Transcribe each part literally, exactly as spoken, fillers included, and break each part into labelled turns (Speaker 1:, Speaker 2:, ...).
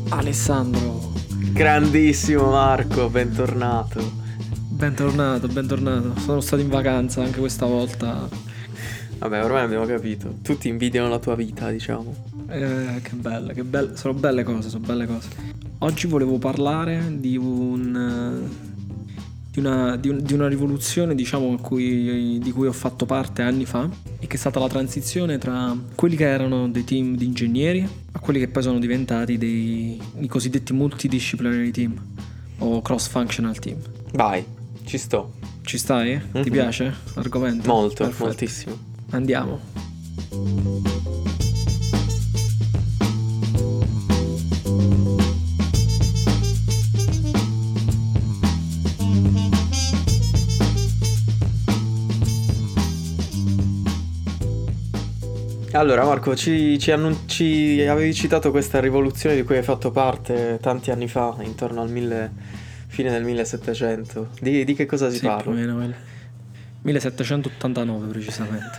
Speaker 1: Alessandro.
Speaker 2: Grandissimo Marco, bentornato.
Speaker 1: Bentornato, bentornato. Sono stato in vacanza anche questa volta.
Speaker 2: Vabbè, ormai abbiamo capito. Tutti invidiano la tua vita, diciamo.
Speaker 1: Eh, che bella, che belle. Sono belle cose, sono belle cose. Oggi volevo parlare di un... Di una, di, un, di una rivoluzione, diciamo, a cui, di cui ho fatto parte anni fa, e che è stata la transizione tra quelli che erano dei team di ingegneri a quelli che poi sono diventati dei i cosiddetti multidisciplinary team o cross-functional team.
Speaker 2: Vai, ci sto.
Speaker 1: Ci stai? Mm-hmm. Ti piace l'argomento?
Speaker 2: Molto,
Speaker 1: Perfetto.
Speaker 2: Moltissimo.
Speaker 1: Andiamo.
Speaker 2: Allora Marco, ci, ci, annun- ci avevi citato questa rivoluzione di cui hai fatto parte tanti anni fa, intorno al mille, fine del millesettecento. Di, di che cosa si
Speaker 1: sì,
Speaker 2: parla?
Speaker 1: Più o meno millesettecentottantanove precisamente.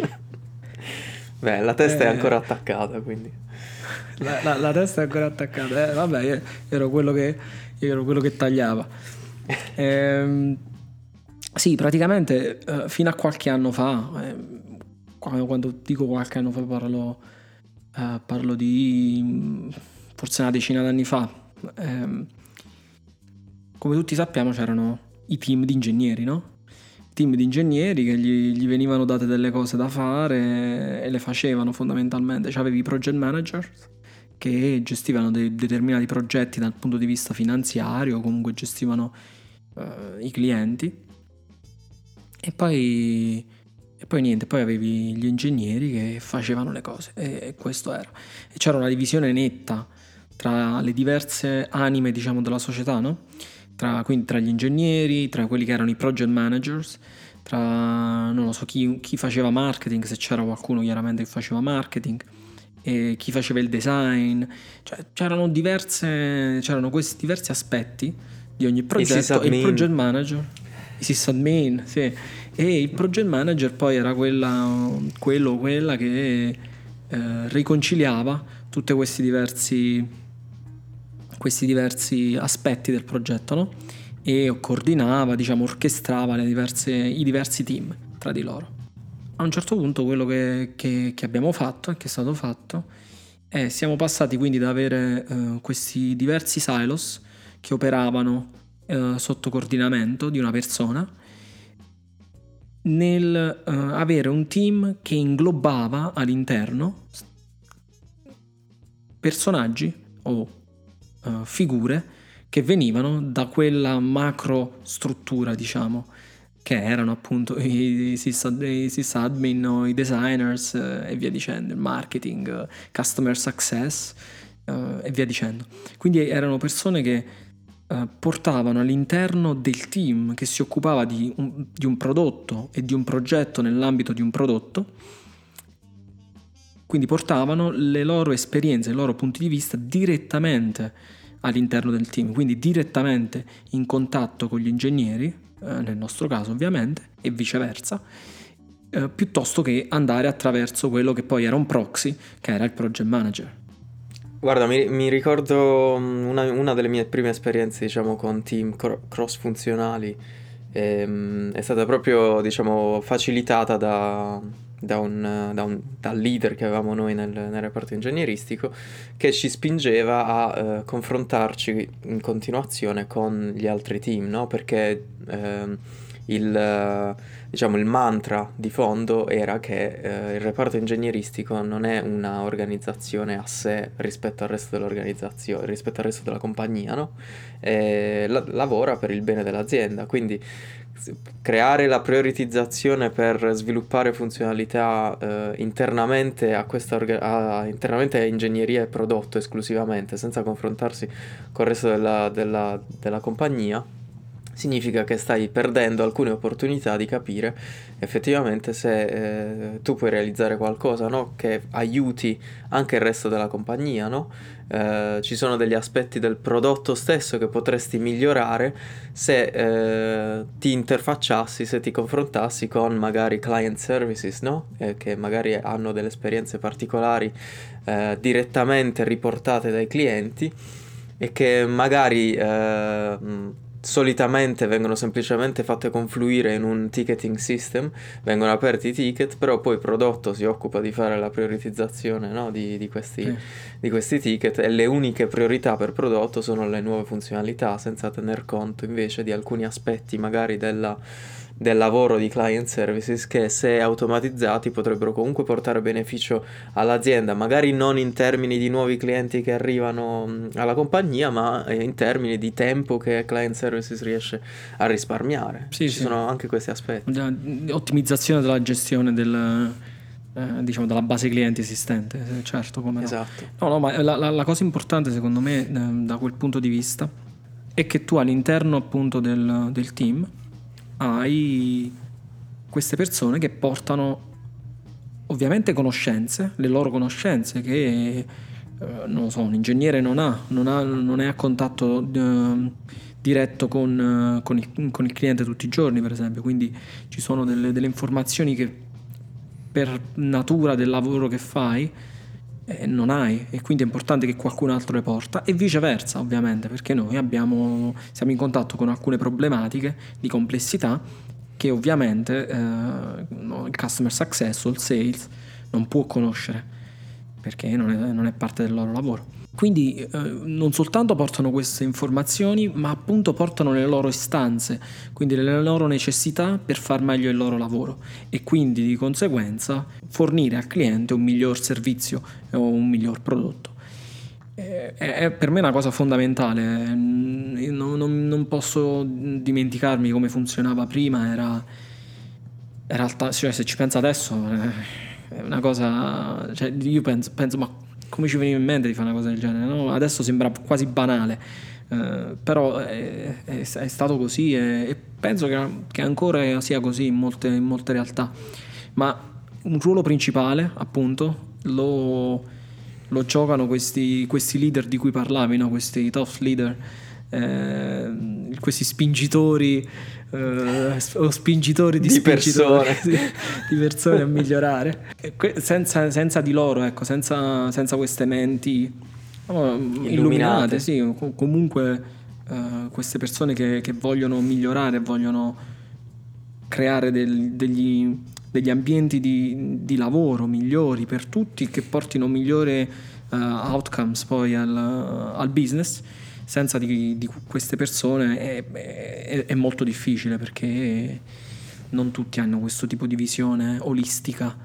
Speaker 2: Beh, la testa
Speaker 1: eh,
Speaker 2: è ancora attaccata, quindi.
Speaker 1: La, la, la testa è ancora attaccata. Eh, vabbè, io ero quello che, io ero quello che tagliava. Eh, sì, praticamente eh, fino a qualche anno fa... Eh, quando dico qualche anno fa parlo, eh, parlo di forse una decina d'anni fa. Eh, come tutti sappiamo c'erano i team di ingegneri, no? Team di ingegneri che gli, gli venivano date delle cose da fare e le facevano fondamentalmente. C'avevi i project manager che gestivano dei determinati progetti dal punto di vista finanziario, comunque gestivano eh, i clienti, e poi E poi niente, poi avevi gli ingegneri che facevano le cose, e, e questo era. E c'era una divisione netta tra le diverse anime, diciamo, della società, no? Tra, quindi tra gli ingegneri, tra quelli che erano i project managers, tra, non lo so, chi, chi faceva marketing, se c'era qualcuno chiaramente che faceva marketing, e chi faceva il design. Cioè c'erano diverse, c'erano questi diversi aspetti di ogni progetto, e il project manager, i sysadmin, sì. E il project manager poi era quella, quello o quella che eh, riconciliava tutti questi diversi, questi diversi aspetti del progetto, no? E coordinava, diciamo, orchestrava le diverse, i diversi team tra di loro. A un certo punto quello che, che, che abbiamo fatto e che è stato fatto è siamo passati quindi da avere eh, questi diversi silos che operavano eh, sotto coordinamento di una persona, nel uh, avere un team che inglobava all'interno personaggi o uh, figure che venivano da quella macro struttura, diciamo, che erano appunto i, i, sysad, i sysadmin o i designers uh, e via dicendo, il marketing, uh, customer success uh, e via dicendo. Quindi erano persone che Uh, portavano all'interno del team che si occupava di un, di un prodotto e di un progetto nell'ambito di un prodotto, quindi portavano le loro esperienze, i loro punti di vista direttamente all'interno del team, quindi direttamente in contatto con gli ingegneri, eh, nel nostro caso ovviamente, e viceversa, eh, piuttosto che andare attraverso quello che poi era un proxy, che era il project manager.
Speaker 2: Guarda, mi, mi ricordo una, una delle mie prime esperienze, diciamo, con team cro- cross-funzionali. Ehm, è stata proprio, diciamo, facilitata da, da un, da un- dal leader che avevamo noi nel, nel reparto ingegneristico, che ci spingeva a eh, confrontarci in continuazione con gli altri team, no? Perché ehm, il, eh, diciamo, il mantra di fondo era che eh, il reparto ingegneristico non è una organizzazione a sé rispetto al resto dell'organizzazione, rispetto al resto della compagnia, no? E la- lavora per il bene dell'azienda, quindi s- creare la prioritizzazione per sviluppare funzionalità eh, internamente a questa orga- a, internamente a ingegneria e prodotto esclusivamente, senza confrontarsi col resto della, della, della compagnia, significa che stai perdendo alcune opportunità di capire effettivamente se eh, tu puoi realizzare qualcosa, no? Che aiuti anche il resto della compagnia, no? Eh, ci sono degli aspetti del prodotto stesso che potresti migliorare se eh, ti interfacciassi, se ti confrontassi con magari client services, no? Eh, che magari hanno delle esperienze particolari eh, direttamente riportate dai clienti, e che magari eh, mh, solitamente vengono semplicemente fatte confluire in un ticketing system, vengono aperti i ticket, però poi il prodotto si occupa di fare la prioritizzazione, no, di, di questi,
Speaker 1: Sì.
Speaker 2: di questi ticket, e le uniche priorità per prodotto sono le nuove funzionalità, senza tener conto invece di alcuni aspetti magari della del lavoro di client services che, se automatizzati, potrebbero comunque portare beneficio all'azienda, magari non in termini di nuovi clienti che arrivano mh, alla compagnia, ma eh, in termini di tempo che client services riesce a risparmiare.
Speaker 1: Sì,
Speaker 2: Ci
Speaker 1: sì.
Speaker 2: sono anche questi aspetti.
Speaker 1: La- Ottimizzazione della gestione del, eh, diciamo, della base clienti esistente, eh, certo, come no.
Speaker 2: Esatto.
Speaker 1: No, no, ma la, la- la cosa importante secondo me, eh, da quel punto di vista, è che tu all'interno appunto del, del team hai queste persone che portano ovviamente conoscenze, le loro conoscenze che, eh, non lo so, un ingegnere non ha, non ha, non è a contatto eh, diretto con, eh, con il, con il cliente tutti i giorni, per esempio, quindi ci sono delle, delle informazioni che per natura del lavoro che fai eh, non hai, e quindi è importante che qualcun altro le porta, e viceversa ovviamente, perché noi abbiamo, siamo in contatto con alcune problematiche di complessità che ovviamente eh, no, il customer success o il sales non può conoscere, perché non è, non è parte del loro lavoro. Quindi eh, non soltanto portano queste informazioni, ma appunto portano le loro istanze, quindi le loro necessità per far meglio il loro lavoro, e quindi di conseguenza fornire al cliente un miglior servizio o un miglior prodotto. È, è per me una cosa fondamentale. Non, non- non posso dimenticarmi come funzionava prima. Era, era alta- cioè, se ci penso adesso eh, è una cosa, cioè, io penso, penso, ma come ci veniva in mente di fare una cosa del genere, no? Adesso sembra quasi banale, eh, però è, è- è stato così, e, e penso che, che ancora sia così in molte, in molte realtà. Ma un ruolo principale, appunto, lo, lo giocano questi, questi leader di cui parlavi, no? Questi top leader, eh, questi spingitori, eh, o spingitori di,
Speaker 2: Di
Speaker 1: spingitori,
Speaker 2: persone.
Speaker 1: sì, di persone a migliorare. E que- senza, senza di loro, ecco, senza, senza queste menti oh, illuminate,
Speaker 2: Illuminate.
Speaker 1: sì, o co- comunque eh, queste persone che, che vogliono migliorare, vogliono creare del- degli, degli ambienti di, di lavoro migliori per tutti, che portino migliori eh, outcomes poi al, al business. Senza di, di queste persone è, è- è molto difficile, perché non tutti hanno questo tipo di visione olistica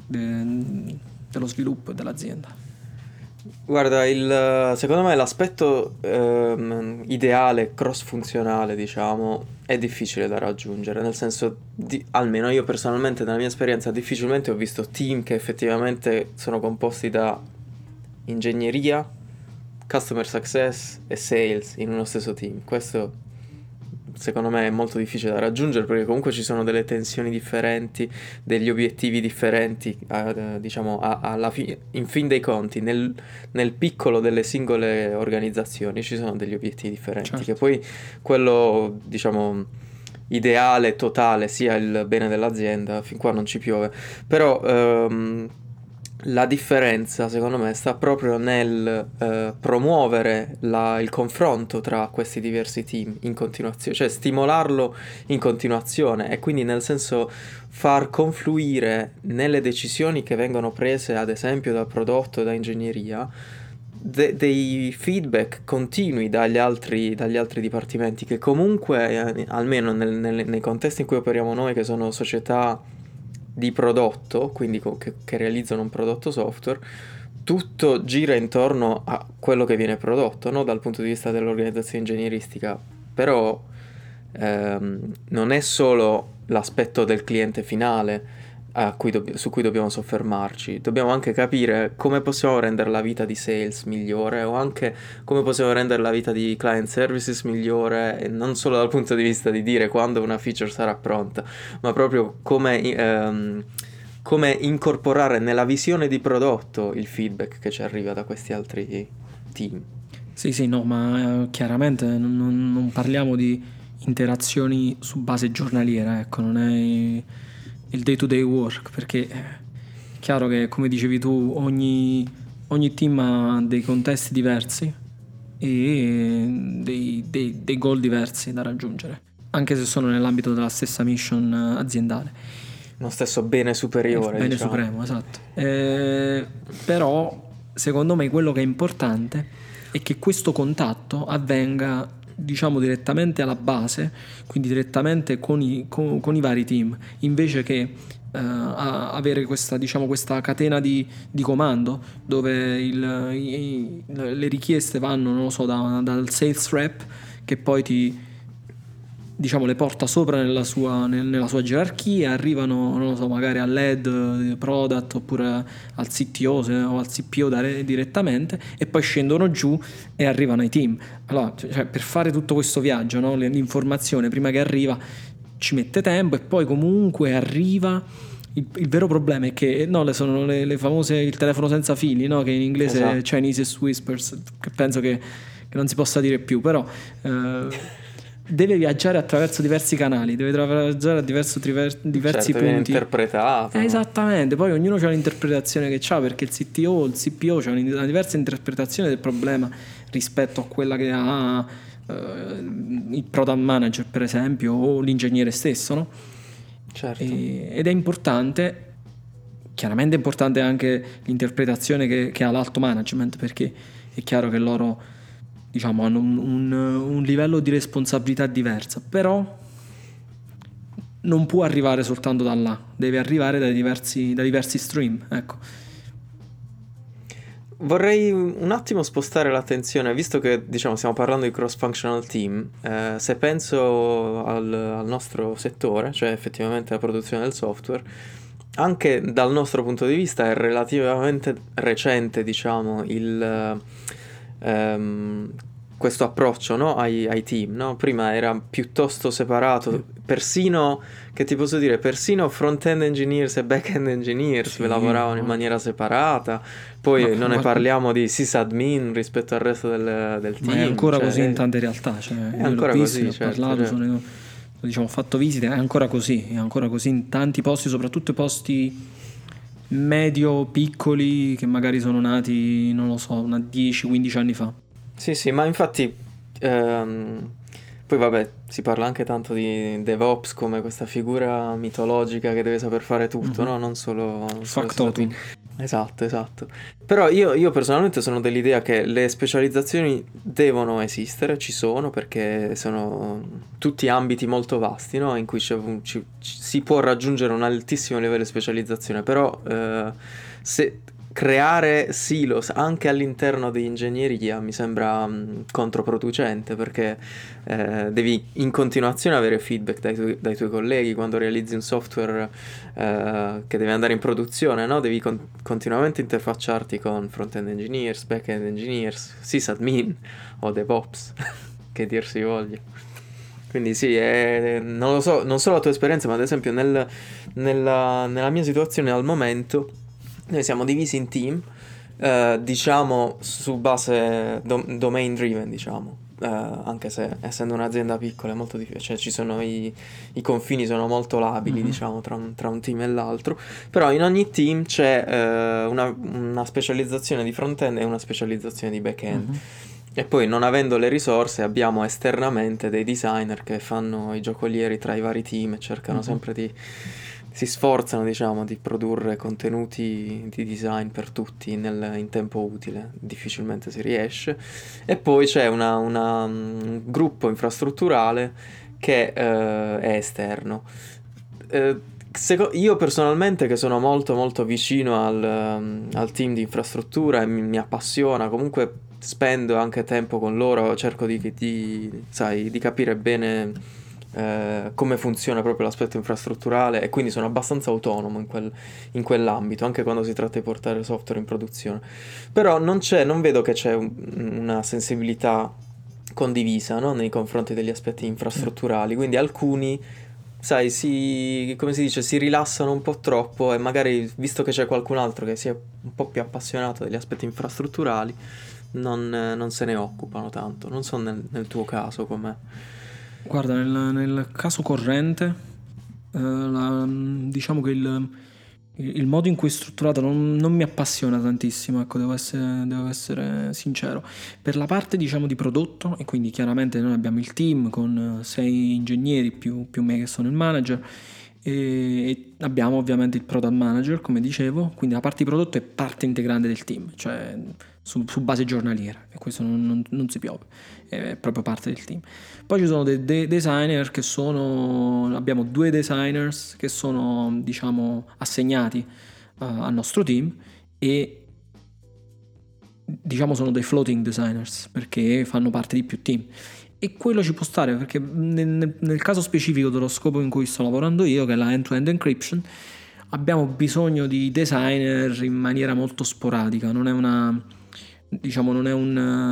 Speaker 1: de- dello sviluppo e dell'azienda.
Speaker 2: Guarda, il, secondo me l'aspetto ehm, ideale, cross-funzionale, diciamo, è difficile da raggiungere, nel senso, di, almeno io personalmente, nella mia esperienza, difficilmente ho visto team che effettivamente sono composti da ingegneria, customer success e sales in uno stesso team. Questo secondo me è molto difficile da raggiungere, perché comunque ci sono delle tensioni differenti, degli obiettivi differenti, eh, diciamo, a- alla fi- in fin dei conti, nel, nel piccolo delle singole organizzazioni ci sono degli obiettivi differenti,
Speaker 1: Certo.
Speaker 2: che poi quello, diciamo, ideale, totale, sia il bene dell'azienda, fin qua non ci piove, però ehm, la differenza, secondo me, sta proprio nel eh, promuovere la- il confronto tra questi diversi team in continuazione, cioè stimolarlo in continuazione, e quindi nel senso far confluire nelle decisioni che vengono prese, ad esempio dal prodotto e da ingegneria, de- dei feedback continui dagli altri, dagli altri dipartimenti, che comunque, eh, almeno nel- nel- nei contesti in cui operiamo noi, che sono società di prodotto, quindi co- che, che realizzano un prodotto software, tutto gira intorno a quello che viene prodotto, no? Dal punto di vista dell'organizzazione ingegneristica. Però ehm, non è solo l'aspetto del cliente finale a cui dobb- su cui dobbiamo soffermarci, dobbiamo anche capire come possiamo rendere la vita di sales migliore, o anche come possiamo rendere la vita di client services migliore, e non solo dal punto di vista di dire quando una feature sarà pronta, ma proprio come, ehm, come incorporare nella visione di prodotto il feedback che ci arriva da questi altri team.
Speaker 1: Sì, sì, no, ma eh, chiaramente non, non- non parliamo di interazioni su base giornaliera, ecco, non è il day to day work, perché è chiaro che, come dicevi tu, ogni, ogni team ha dei contesti diversi, e dei, dei, dei goal diversi da raggiungere, anche se sono nell'ambito della stessa mission aziendale.
Speaker 2: Lo stesso bene superiore,
Speaker 1: bene
Speaker 2: diciamo.
Speaker 1: supremo, esatto. Eh, però secondo me quello che è importante è che questo contatto avvenga, diciamo, direttamente alla base, quindi direttamente con i, con, con i vari team, invece che eh, a- avere questa, diciamo, questa catena di, di comando dove il- i- le richieste vanno, non lo so, da- dal sales rep che poi ti, diciamo, le porta sopra nella sua, nel- nella sua gerarchia, arrivano, non lo so, magari all'head eh, product oppure al C T O se- o al C P O dare- direttamente, e poi scendono giù e arrivano ai team. Allora, cioè, per fare tutto questo viaggio, no? Le- l'informazione prima che arriva ci mette tempo e poi comunque arriva. Il, il vero problema è che no, le sono le, le famose il telefono senza fili, no? Che in inglese è
Speaker 2: Esatto.
Speaker 1: Chinese Whispers, che penso che, che non si possa dire più, però eh, deve viaggiare attraverso diversi canali, deve viaggiare a diverso, triver- diversi
Speaker 2: Certo, viene
Speaker 1: punti.
Speaker 2: interpretato.
Speaker 1: Eh, esattamente, poi ognuno ha l'interpretazione che ha, perché il C T O o il C P O c'ha una diversa interpretazione del problema rispetto a quella che ha eh, il product manager, per esempio, o l'ingegnere stesso, no?
Speaker 2: Certo.
Speaker 1: E- ed è importante, chiaramente è importante anche l'interpretazione che, che ha l'alto management, perché è chiaro che loro, diciamo, hanno un, un- un livello di responsabilità diversa, però non può arrivare soltanto da là, deve arrivare dai diversi, da diversi stream, ecco.
Speaker 2: Vorrei un attimo spostare l'attenzione, visto che diciamo stiamo parlando di cross-functional team, eh, se penso al, al nostro settore, cioè effettivamente la produzione del software, anche dal nostro punto di vista è relativamente recente, diciamo, il, ehm, questo approccio, no, ai, ai team, no? Prima era piuttosto separato, persino, che ti posso dire, persino front-end engineers e back-end engineers
Speaker 1: Sì,
Speaker 2: lavoravano in
Speaker 1: no.
Speaker 2: maniera separata, poi
Speaker 1: Ma-
Speaker 2: non ne
Speaker 1: guarda-
Speaker 2: parliamo di sysadmin rispetto al resto del, del
Speaker 1: Ma
Speaker 2: team.
Speaker 1: è ancora
Speaker 2: cioè,
Speaker 1: così in
Speaker 2: è-
Speaker 1: tante realtà, cioè,
Speaker 2: è
Speaker 1: io l'ho
Speaker 2: ancora
Speaker 1: visto,
Speaker 2: così,
Speaker 1: ne ho
Speaker 2: certo,
Speaker 1: parlato,
Speaker 2: certo.
Speaker 1: sono, diciamo, ho fatto visite, è ancora così, è ancora così in tanti posti, soprattutto i posti medio piccoli che magari sono nati, non lo so, una dieci quindici anni fa.
Speaker 2: Sì, sì, ma infatti ehm, poi vabbè, si parla anche tanto di DevOps come questa figura mitologica che deve saper fare tutto,
Speaker 1: Mhm.
Speaker 2: no? Non solo, non solo
Speaker 1: Factotum.
Speaker 2: Esatto, esatto. Però io, io personalmente sono dell'idea che le specializzazioni devono esistere, ci sono, perché sono tutti ambiti molto vasti, no? In cui c'è un- ci- ci- si può raggiungere un altissimo livello di specializzazione, però eh, se creare silos anche all'interno di ingegneria mi sembra mh, controproducente, perché eh, devi in continuazione avere feedback dai, tuoi- dai tuoi colleghi quando realizzi un software eh, che deve andare in produzione, no? Devi con- continuamente interfacciarti con front-end engineers, back-end engineers, sysadmin o DevOps, che dir si voglia. Quindi sì, è- non lo so, non so la tua esperienza, ma ad esempio nel- nella, nella mia situazione al momento noi siamo divisi in team, eh, diciamo su base dom- domain driven, diciamo. Eh, anche se essendo un'azienda piccola è molto difficile, cioè ci sono i, i confini sono molto labili,
Speaker 1: Mhm.
Speaker 2: diciamo, tra un, tra un team e l'altro. Però in ogni team c'è eh, una, una specializzazione di front-end e una specializzazione di back-end.
Speaker 1: Mhm.
Speaker 2: E poi, non avendo le risorse, abbiamo esternamente dei designer che fanno i giocolieri tra i vari team e cercano
Speaker 1: Mhm.
Speaker 2: sempre di... si sforzano, diciamo, di produrre contenuti di design per tutti nel- in tempo utile. Difficilmente si riesce. E poi c'è una- una- un gruppo infrastrutturale che eh, è esterno. Eh, seco- io personalmente, che sono molto molto vicino al, um, al team di infrastruttura e mi, mi appassiona, comunque spendo anche tempo con loro, cerco di, di, sai, di capire bene eh, come funziona proprio l'aspetto infrastrutturale, e quindi sono abbastanza autonomo in quel- in quell'ambito, anche quando si tratta di portare software in produzione. Però non c'è, non vedo che c'è un- una sensibilità condivisa, no? Nei confronti degli aspetti infrastrutturali, quindi alcuni, sai, si, come si dice, si rilassano un po' troppo, e magari, visto che c'è qualcun altro che sia un po' più appassionato degli aspetti infrastrutturali, non, eh, non se ne occupano tanto. Non so nel, nel tuo caso com'è.
Speaker 1: Guarda, nel, nel caso corrente, eh, la- diciamo che il, il, il modo in cui è strutturato non, non mi appassiona tantissimo, ecco, devo essere, devo essere sincero. Per la parte, diciamo, di prodotto, e quindi chiaramente noi abbiamo il team con eh, sei ingegneri più, più me che sono il manager, e e abbiamo ovviamente il product manager, come dicevo, quindi la parte di prodotto è parte integrante del team, cioè su, su base giornaliera, e questo non, non- non si piove, è proprio parte del team. Poi ci sono dei, dei designer che sono, abbiamo due designers che sono, diciamo, assegnati uh, al nostro team, e diciamo sono dei floating designers perché fanno parte di più team, e quello ci può stare perché nel, nel- nel caso specifico dello scopo in cui sto lavorando io, che è la end-to-end encryption, abbiamo bisogno di designer in maniera molto sporadica, non è una, diciamo, non è un,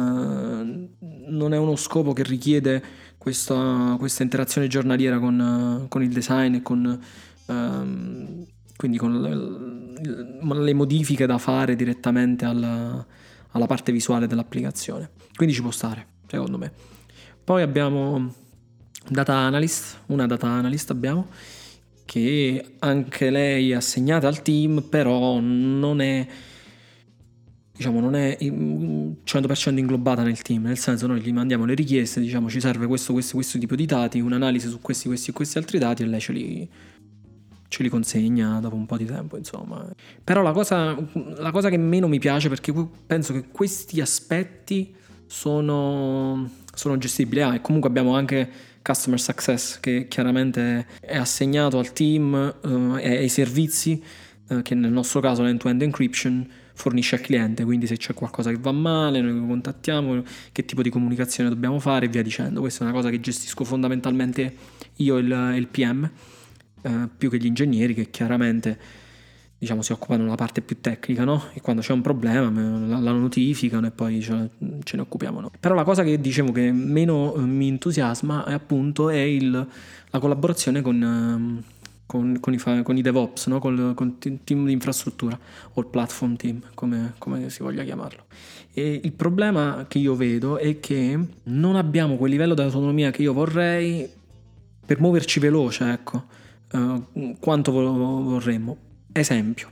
Speaker 1: eh, non è uno scopo che richiede questa, questa interazione giornaliera con, eh, con il design e con, ehm, quindi con le, le modifiche da fare direttamente alla, alla parte visuale dell'applicazione. Quindi ci può stare, secondo me. Poi abbiamo data analyst, una data analyst abbiamo, che anche lei è assegnata al team, però non è, diciamo, non è in- cento per cento inglobata nel team, nel senso noi gli mandiamo le richieste, diciamo ci serve questo, questo, questo tipo di dati, un'analisi su questi, questi e questi altri dati, e lei ce li, ce li consegna dopo un po' di tempo, insomma. Però la cosa, la cosa che meno mi piace, perché penso che questi aspetti sono, sono gestibili. Ah, e comunque abbiamo anche Customer Success, che chiaramente è assegnato al team eh, e ai servizi eh, che nel nostro caso l'end-to-end encryption fornisce al cliente, quindi se c'è qualcosa che va male noi lo contattiamo, che tipo di comunicazione dobbiamo fare e via dicendo. Questa è una cosa che gestisco fondamentalmente io e il, e il P M, eh, più che gli ingegneri, che chiaramente, diciamo, si occupano della parte più tecnica, no? E quando c'è un problema me- la, la notificano e poi ce, ce ne occupiamo noi. Però la cosa che dicevo che meno eh, mi entusiasma è appunto è il, la collaborazione con, ehm, con, con i, fa- con i DevOps, no? Col, con il team di infrastruttura o il platform team, come, come si voglia chiamarlo. E il problema che io vedo è che non abbiamo quel livello di autonomia che io vorrei per muoverci veloce, ecco, eh, quanto vo- vorremmo. Esempio,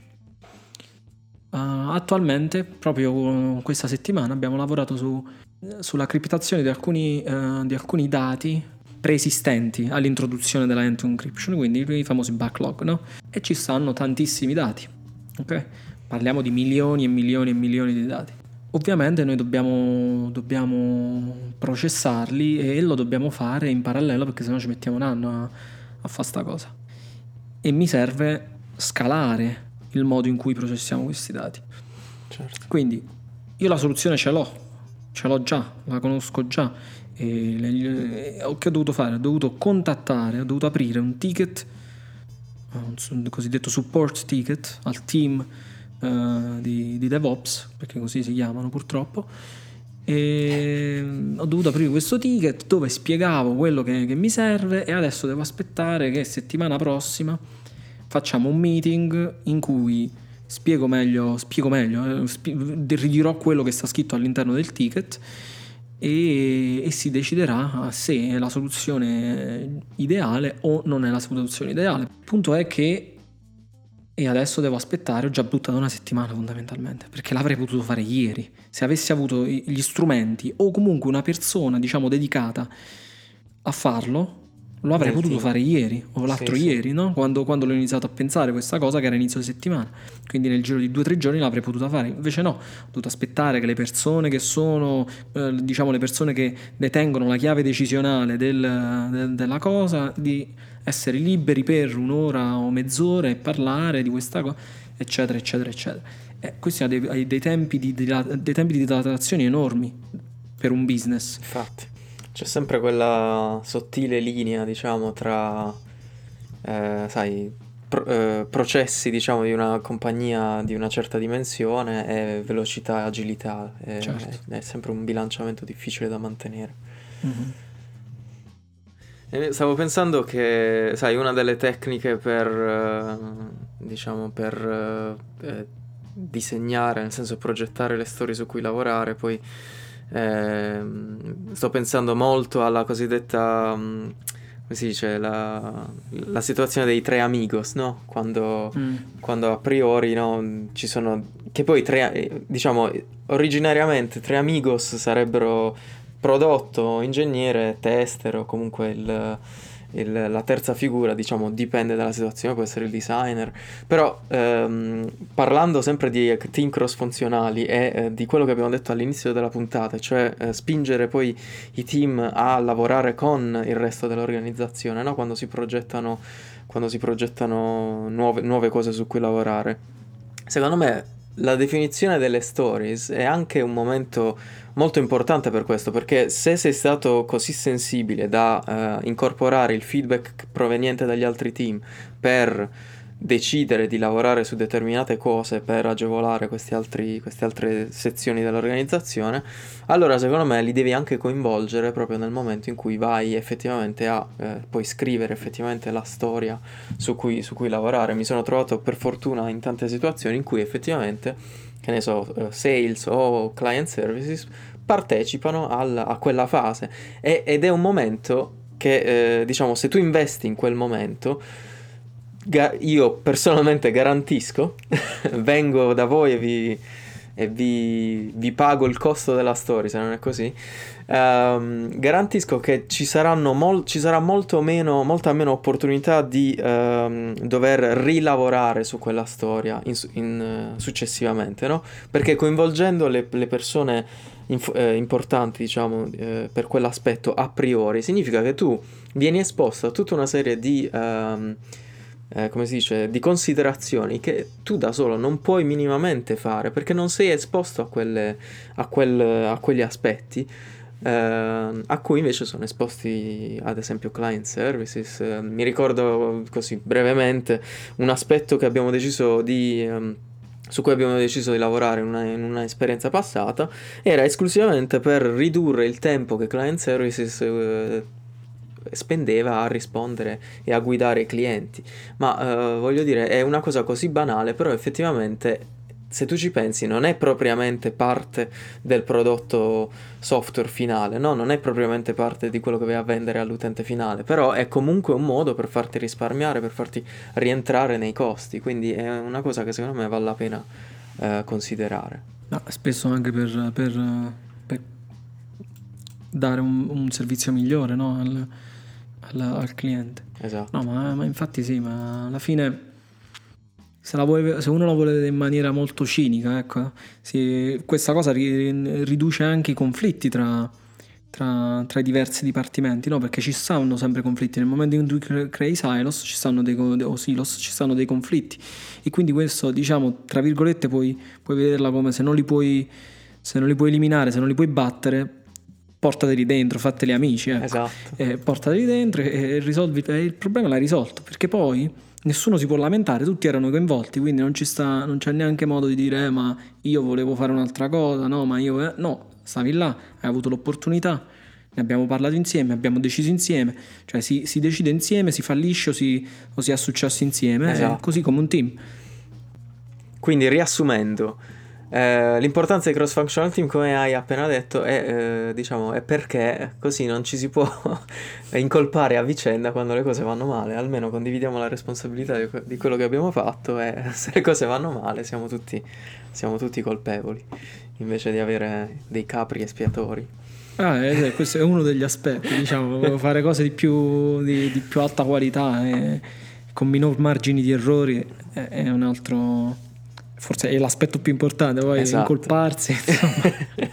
Speaker 1: eh, attualmente, proprio questa settimana, abbiamo lavorato su, sulla criptazione di alcuni, eh, di alcuni dati preesistenti all'introduzione della end-to-end encryption, quindi i famosi backlog, no? E ci stanno tantissimi dati, ok? Parliamo di milioni e milioni e milioni di dati. Ovviamente noi dobbiamo, dobbiamo processarli, e lo dobbiamo fare in parallelo, perché sennò ci mettiamo un anno a, a fare sta cosa. E mi serve scalare il modo in cui processiamo questi dati.
Speaker 2: Certo.
Speaker 1: Quindi io la soluzione ce l'ho, ce l'ho già, la conosco già. E le- e che ho dovuto fare? Ho dovuto contattare, ho dovuto aprire un ticket, un cosiddetto support ticket al team eh, di, di DevOps, perché così si chiamano purtroppo. E ho dovuto aprire questo ticket dove spiegavo quello che, che mi serve, e adesso devo aspettare che settimana prossima facciamo un meeting in cui spiego meglio, spiego meglio, eh, spi- ridirò quello che sta scritto all'interno del ticket, e, e si deciderà se è la soluzione ideale o non è la soluzione ideale. Il punto è che, e adesso devo aspettare, ho già buttato una settimana fondamentalmente, perché l'avrei potuto fare ieri. Se avessi avuto gli strumenti o comunque una persona, diciamo, dedicata a farlo, lo avrei
Speaker 2: Nel
Speaker 1: potuto
Speaker 2: team.
Speaker 1: fare ieri o l'altro
Speaker 2: Sì, sì.
Speaker 1: ieri, no? Quando, quando l'ho iniziato a pensare questa cosa, che era inizio di settimana. Quindi nel giro di due o tre giorni l'avrei potuta fare. Invece no, ho dovuto aspettare che le persone che sono, eh, diciamo, le persone che detengono la chiave decisionale del- del- della cosa, di essere liberi per un'ora o mezz'ora e parlare di questa cosa, eccetera, eccetera, eccetera. E questi hanno dei, hai dei tempi di, dei tempi di dilatazione enormi per un business.
Speaker 2: Infatti, c'è sempre quella sottile linea, diciamo, tra, eh, sai, pro- eh, processi, diciamo, di una compagnia di una certa dimensione e velocità e agilità. È,
Speaker 1: Certo.
Speaker 2: è sempre un bilanciamento difficile da mantenere.
Speaker 1: Mhm.
Speaker 2: E stavo pensando che, sai, una delle tecniche per, eh, diciamo, per eh, eh, disegnare, nel senso progettare le storie su cui lavorare, poi ehm, sto pensando molto alla cosiddetta mh, come si dice, la, la situazione dei tre amigos, no? Quando,
Speaker 1: Mm.
Speaker 2: quando a priori, no, ci sono, che poi tre, diciamo, originariamente tre amigos sarebbero prodotto, ingegnere, tester o comunque il, il- la terza figura, diciamo, dipende dalla situazione, può essere il designer, però ehm, parlando sempre di team cross funzionali e eh, di quello che abbiamo detto all'inizio della puntata, cioè eh, spingere poi i team a lavorare con il resto dell'organizzazione, no? Quando si progettano, quando si progettano nuove, nuove cose su cui lavorare. Secondo me la definizione delle stories è anche un momento molto importante per questo, perché se sei stato così sensibile da eh, incorporare il feedback proveniente dagli altri team per decidere di lavorare su determinate cose per agevolare questi altri, queste altre sezioni dell'organizzazione, allora secondo me li devi anche coinvolgere proprio nel momento in cui vai effettivamente a eh, poi scrivere effettivamente la storia su cui, su cui lavorare. Mi sono trovato per fortuna in tante situazioni in cui effettivamente, che ne so, eh, sales o client services partecipano al- a quella fase e- ed è un momento che, eh, diciamo, se tu investi in quel momento, ga- io personalmente garantisco, vengo da voi e vi, e vi, vi pago il costo della storia, se non è così, ehm, garantisco che ci saranno mol- ci sarà molto meno, molta meno opportunità di ehm, dover rilavorare su quella storia in, su- in, eh, successivamente, no? Perché coinvolgendo le, le persone inf- eh, importanti, diciamo, eh, per quell'aspetto a priori, significa che tu vieni esposto a tutta una serie di, ehm, eh, come si dice, di considerazioni che tu da solo non puoi minimamente fare perché non sei esposto a, quelle, a, quel, a quegli aspetti. eh, a cui invece sono esposti ad esempio client services. Eh, mi ricordo così brevemente un aspetto che abbiamo deciso di ehm, su cui abbiamo deciso di lavorare in una, in una esperienza passata, era esclusivamente per ridurre il tempo che client services eh, spendeva a rispondere e a guidare i clienti. Ma eh, voglio dire, è una cosa così banale, però effettivamente se tu ci pensi non è propriamente parte del prodotto software finale, no? Non è propriamente parte di quello che vai a vendere all'utente finale, però è comunque un modo per farti risparmiare, per farti rientrare nei costi, quindi è una cosa che secondo me vale la pena eh, considerare.
Speaker 1: No, spesso anche per, per- per dare un, un servizio migliore, no, al, al- al cliente.
Speaker 2: Esatto.
Speaker 1: No, ma, ma infatti sì, ma alla fine se, la vuoi- se uno la vuole vedere in maniera molto cinica, ecco, sì, questa cosa ri- riduce anche i conflitti tra, tra- tra i diversi dipartimenti, no? Perché ci stanno sempre conflitti. Nel momento in cui cre- crei silos ci stanno dei, co- o silos, ci stanno dei conflitti. E quindi questo, diciamo, tra virgolette, puoi, puoi vederla come se non li puoi, se non li puoi eliminare, se non li puoi battere, portateli dentro, fateli amici, ecco.
Speaker 2: Esatto.
Speaker 1: Eh, portateli dentro e, e risolvi, e il problema l'hai risolto, perché poi nessuno si può lamentare, tutti erano coinvolti, quindi non ci sta, non c'è neanche modo di dire eh, ma io volevo fare un'altra cosa, no, ma io... eh", no, stavi là, hai avuto l'opportunità, ne abbiamo parlato insieme, abbiamo deciso insieme, cioè si, si decide insieme, si fallisce o si, o si ha successo insieme,
Speaker 2: Esatto.
Speaker 1: eh, così come un team.
Speaker 2: Quindi riassumendo, eh, l'importanza di cross-functional team, come hai appena detto, è, eh, diciamo, è perché così non ci si può incolpare a vicenda quando le cose vanno male, almeno condividiamo la responsabilità di, que- di quello che abbiamo fatto e se le cose vanno male siamo tutti, siamo tutti colpevoli, invece di avere dei capri espiatori.
Speaker 1: Ah, eh, questo è uno degli aspetti, diciamo, fare cose di più, di, di più alta qualità e con minor margini di errori è, è un altro, forse è l'aspetto più importante, poi
Speaker 2: Esatto.
Speaker 1: incolparsi, insomma,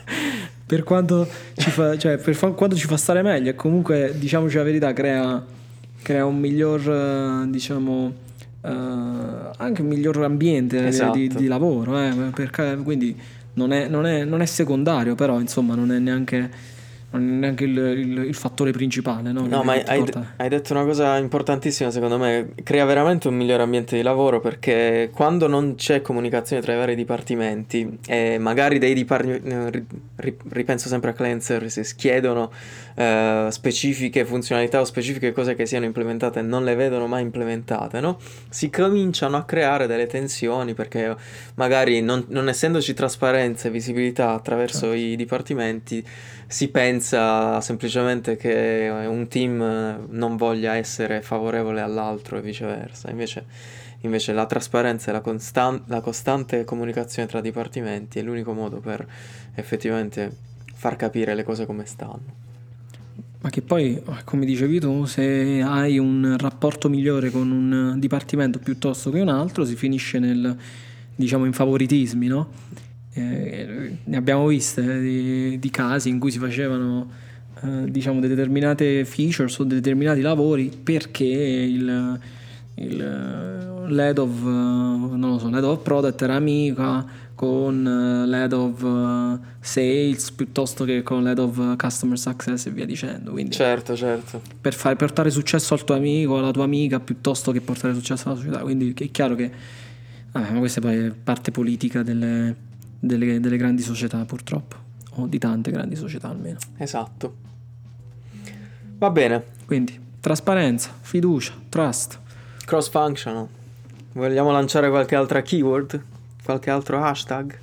Speaker 1: per quanto ci fa, cioè, per fa- quanto ci fa stare meglio e comunque, diciamoci la verità, crea, crea un miglior, eh, diciamo, eh, anche un miglior ambiente di-
Speaker 2: Esatto.
Speaker 1: di, di lavoro, eh, perché, quindi non è, non è- non è secondario, però insomma non è neanche, non è neanche il, il- il fattore principale, no?
Speaker 2: No,
Speaker 1: che-
Speaker 2: ma
Speaker 1: che ti
Speaker 2: hai,
Speaker 1: porta-
Speaker 2: hai detto una cosa importantissima, secondo me, crea veramente un migliore ambiente di lavoro perché quando non c'è comunicazione tra i vari dipartimenti e magari dei dipartimenti, ripenso sempre a client services, chiedono eh, specifiche funzionalità o specifiche cose che siano implementate e non le vedono mai implementate, no? Si cominciano a creare delle tensioni perché magari non, non essendoci trasparenza e visibilità attraverso
Speaker 1: Certo.
Speaker 2: i dipartimenti si pensa pensa semplicemente che un team non voglia essere favorevole all'altro e viceversa. Invece, invece la trasparenza e la, constan- la costante comunicazione tra dipartimenti è l'unico modo per effettivamente far capire le cose come stanno.
Speaker 1: Ma che poi, come dicevi tu, se hai un rapporto migliore con un dipartimento piuttosto che un altro, si finisce nel, diciamo, in favoritismi, no? Eh, ne abbiamo viste di, di casi in cui si facevano, eh, diciamo, delle determinate features o determinati lavori perché il, il l'head of, non lo so, l'head of product era amica con l'head of sales piuttosto che con l'head of customer success e via dicendo. Quindi
Speaker 2: certo, certo.
Speaker 1: Per far portare successo al tuo amico, alla tua amica, piuttosto che portare successo alla società. Quindi è chiaro che, vabbè, ma questa poi è parte politica delle, delle, delle grandi società, purtroppo, o di tante grandi società almeno.
Speaker 2: Esatto. Va bene.
Speaker 1: Quindi trasparenza, fiducia, trust.
Speaker 2: Cross functional. Vogliamo lanciare qualche altra keyword? Qualche altro hashtag?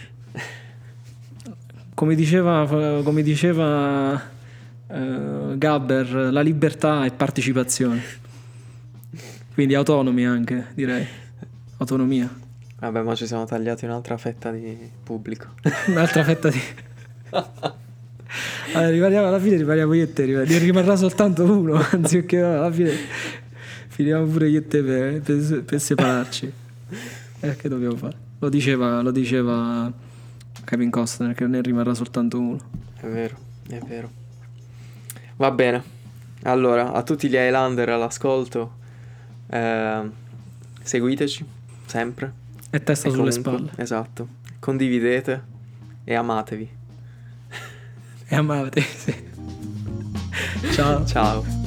Speaker 1: Come diceva, come diceva uh, Gabber, la libertà è partecipazione. Quindi autonomi anche, direi. Autonomia.
Speaker 2: Vabbè, ma ci siamo tagliati un'altra fetta di pubblico.
Speaker 1: Un'altra fetta di... Allora, rimaniamo, alla fine rimaniamo io e te, ne rimarrà soltanto uno, anzi perché alla fine finiamo pure io e te per, per, per separarci. Eh, che dobbiamo fare? Lo diceva, lo diceva Kevin Costner, che ne rimarrà soltanto uno.
Speaker 2: È vero, è vero. Va bene. Allora, a tutti gli Highlander all'ascolto, eh, seguiteci sempre.
Speaker 1: E testa
Speaker 2: e
Speaker 1: sulle
Speaker 2: comunque,
Speaker 1: spalle.
Speaker 2: Esatto. Condividete e amatevi.
Speaker 1: E amate, sì. Ciao.
Speaker 2: Ciao.